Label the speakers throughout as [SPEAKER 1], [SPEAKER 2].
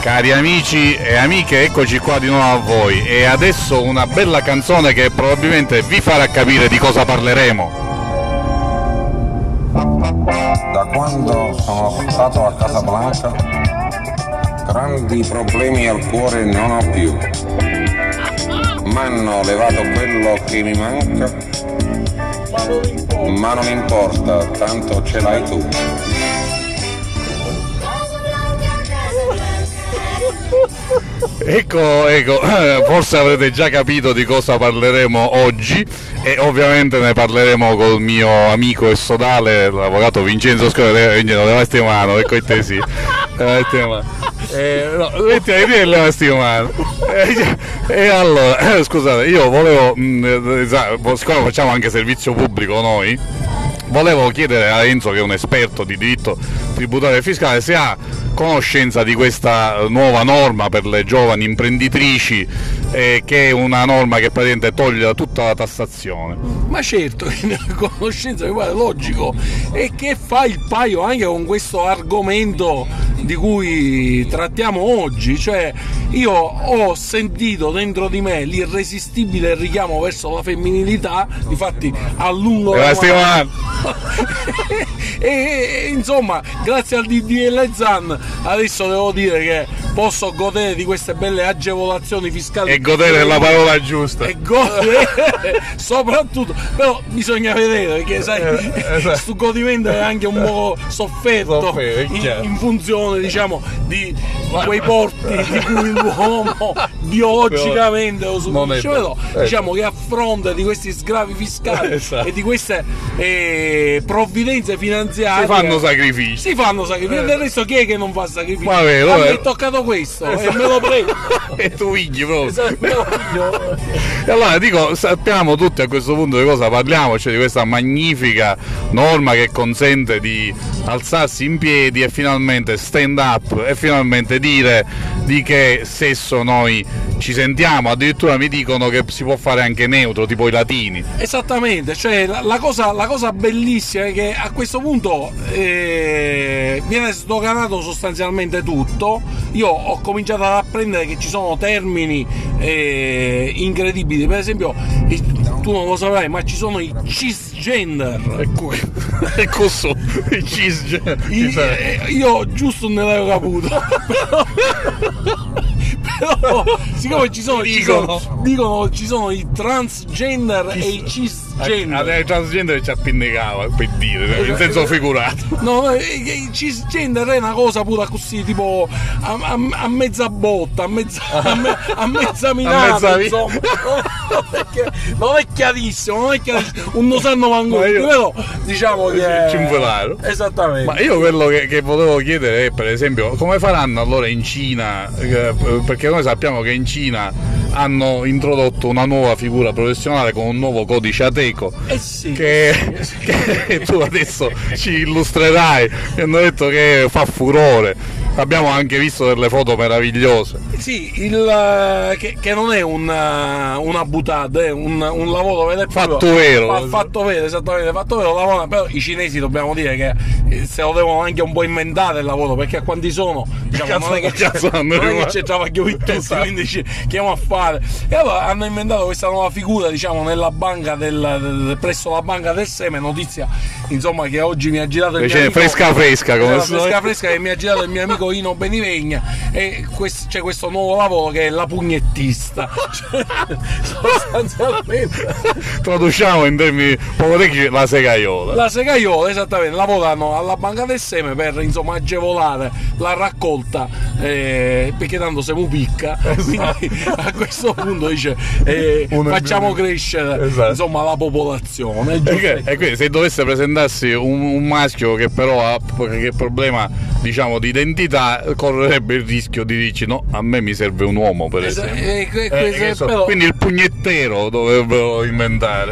[SPEAKER 1] Cari amici e amiche, eccoci qua di nuovo a voi e adesso una bella canzone che probabilmente vi farà capire di cosa parleremo.
[SPEAKER 2] Da quando sono stato a Casablanca, grandi problemi al cuore non ho più. M'hanno levato quello che mi manca, ma non importa, tanto ce l'hai tu.
[SPEAKER 1] Ecco, forse avrete già capito di cosa parleremo oggi e ovviamente ne parleremo col mio amico e sodale, l'avvocato Vincenzo Scola. Levasti mano, ecco te sì. Levasti mano. No, metti a dire levasti mano. E allora, scusate, io volevo, siccome facciamo anche servizio pubblico noi, volevo chiedere a Enzo, che è un esperto di diritto tributario e fiscale, se ha conoscenza di questa nuova norma per le giovani imprenditrici, che è una norma che praticamente toglie tutta la tassazione.
[SPEAKER 3] Ma certo, conoscenza, guarda, logico, e che fa il paio anche con questo argomento di cui trattiamo oggi. Cioè, io ho sentito dentro di me l'irresistibile richiamo verso la femminilità, difatti allungo la mano. E insomma, grazie al DDL Zan adesso devo dire che posso godere di queste belle agevolazioni fiscali,
[SPEAKER 1] e godere è la parola giusta,
[SPEAKER 3] e godere soprattutto, però bisogna vedere, perché sai, sto godimento è anche un po' sofferto in funzione, diciamo, di quei porti di cui l'uomo biologicamente lo subisce, però diciamo che a fronte di questi sgravi fiscali e di queste provvidenze finanziarie si fanno sacrifici, e del resto chi è che non fa sacrifici? A me è toccato questo e me lo prendo.
[SPEAKER 1] E tu vigli proprio. E allora dico, sappiamo tutti a questo punto di cosa parliamo, cioè di questa magnifica norma che consente di alzarsi in piedi e finalmente stand up e finalmente dire di che sesso noi ci sentiamo. Addirittura mi dicono che si può fare anche neutro, tipo i latini.
[SPEAKER 3] Esattamente, cioè la cosa bellissima è che a questo punto viene sdoganato sostanzialmente tutto. Io ho cominciato ad apprendere che ci sono termini incredibili, per esempio tu non lo saprai, ma ci sono i cisgender.
[SPEAKER 1] E cosa? I cisgender?
[SPEAKER 3] Io giusto non l'avevo caputo. Però siccome ci sono i transgender e i cisgender.
[SPEAKER 1] I transgender ci appendicava, per dire, in senso figurato.
[SPEAKER 3] No, i cisgender è una cosa pura così, tipo a mezza botta, a mezza minata, insomma. Non è chiarissimo, non lo sanno manco, però diciamo che
[SPEAKER 1] cinquelaro.
[SPEAKER 3] Esattamente.
[SPEAKER 1] Ma io quello che volevo chiedere è, per esempio, come faranno allora in Cina, perché noi sappiamo che in Cina hanno introdotto una nuova figura professionale con un nuovo codice Ateco, che tu adesso ci illustrerai, e hanno detto che fa furore. Abbiamo anche visto delle foto meravigliose.
[SPEAKER 3] Sì, che non è una buttata, è un lavoro vero e proprio. Fatto vero, esattamente, fatto vero lavoro. Però i cinesi dobbiamo dire che se lo devono anche un po' inventare il lavoro, perché a quanti sono, diciamo, non è che c'è travaglio per tutti, quindi che andiamo a fare. E allora hanno inventato questa nuova figura, diciamo, nella banca presso la banca del seme, notizia insomma che oggi mi ha girato il mio amico, fresca che mi ha girato il mio amico Ino Benivegna, e c'è questo nuovo lavoro che è la pugnettista. Sostanzialmente
[SPEAKER 1] traduciamo in termini poco la segaiola,
[SPEAKER 3] esattamente. Lavorano alla banca del seme per, insomma, agevolare la raccolta, perché tanto siamo picca, quindi a questo punto dice facciamo crescere, insomma, la popolazione.
[SPEAKER 1] E quindi se dovesse presentarsi un maschio che però ha qualche problema, diciamo, di identità, correrebbe il rischio di dirci no, a me mi serve un uomo, per esempio.
[SPEAKER 3] Però...
[SPEAKER 1] Quindi il pugnettero dovrebbero inventare.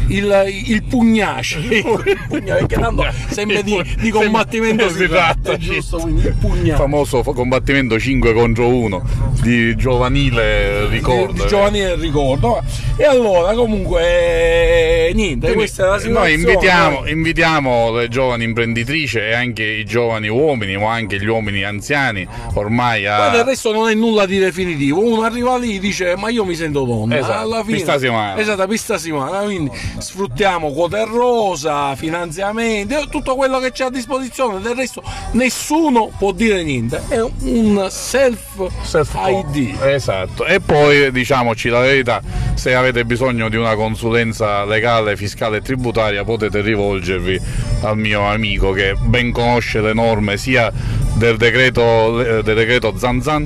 [SPEAKER 3] il pugnace, perché tanto sempre di combattimento si tratta, giusto? Quindi il pugnace.
[SPEAKER 1] Famoso combattimento 5 contro 1 di giovanile ricordo.
[SPEAKER 3] Di giovanile ricordo. E allora comunque niente, quindi, questa è la situazione.
[SPEAKER 1] Noi invitiamo le giovani imprenditrici e anche i giovani uomini, ma anche gli uomini anziani ormai
[SPEAKER 3] ma del resto non è nulla di definitivo. Uno arriva lì e dice ma io mi sento donna,
[SPEAKER 1] esatto,
[SPEAKER 3] alla fine pista settimana, quindi sfruttiamo quote rosa, finanziamenti, tutto quello che c'è a disposizione. Del resto nessuno può dire niente, è un self ID.
[SPEAKER 1] Esatto. E poi diciamoci la verità, se avete bisogno di una consulenza legale, fiscale e tributaria potete rivolgervi al mio amico che ben conosce le norme sia del decreto Zanzan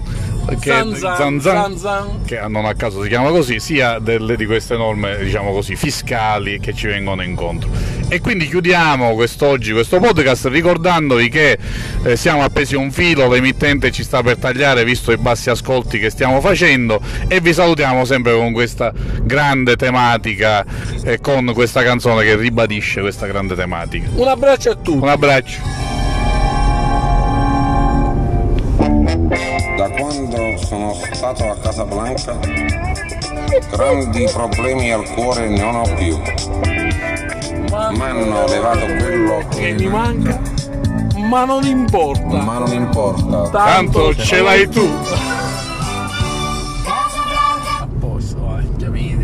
[SPEAKER 1] che non a caso si chiama così, sia di queste norme, diciamo così, fiscali che ci vengono incontro. E quindi chiudiamo quest'oggi questo podcast ricordandovi che siamo appesi a un filo, l'emittente ci sta per tagliare visto i bassi ascolti che stiamo facendo, e vi salutiamo sempre con questa grande tematica e con questa canzone che ribadisce questa grande tematica.
[SPEAKER 3] Un abbraccio a tutti.
[SPEAKER 1] Un abbraccio.
[SPEAKER 2] Da quando sono stato a Casablanca, grandi problemi al cuore ne ho più. M'hanno levato quello
[SPEAKER 3] che mi manca, ma non importa.
[SPEAKER 2] Ma non importa.
[SPEAKER 1] Tanto ce l'hai tu.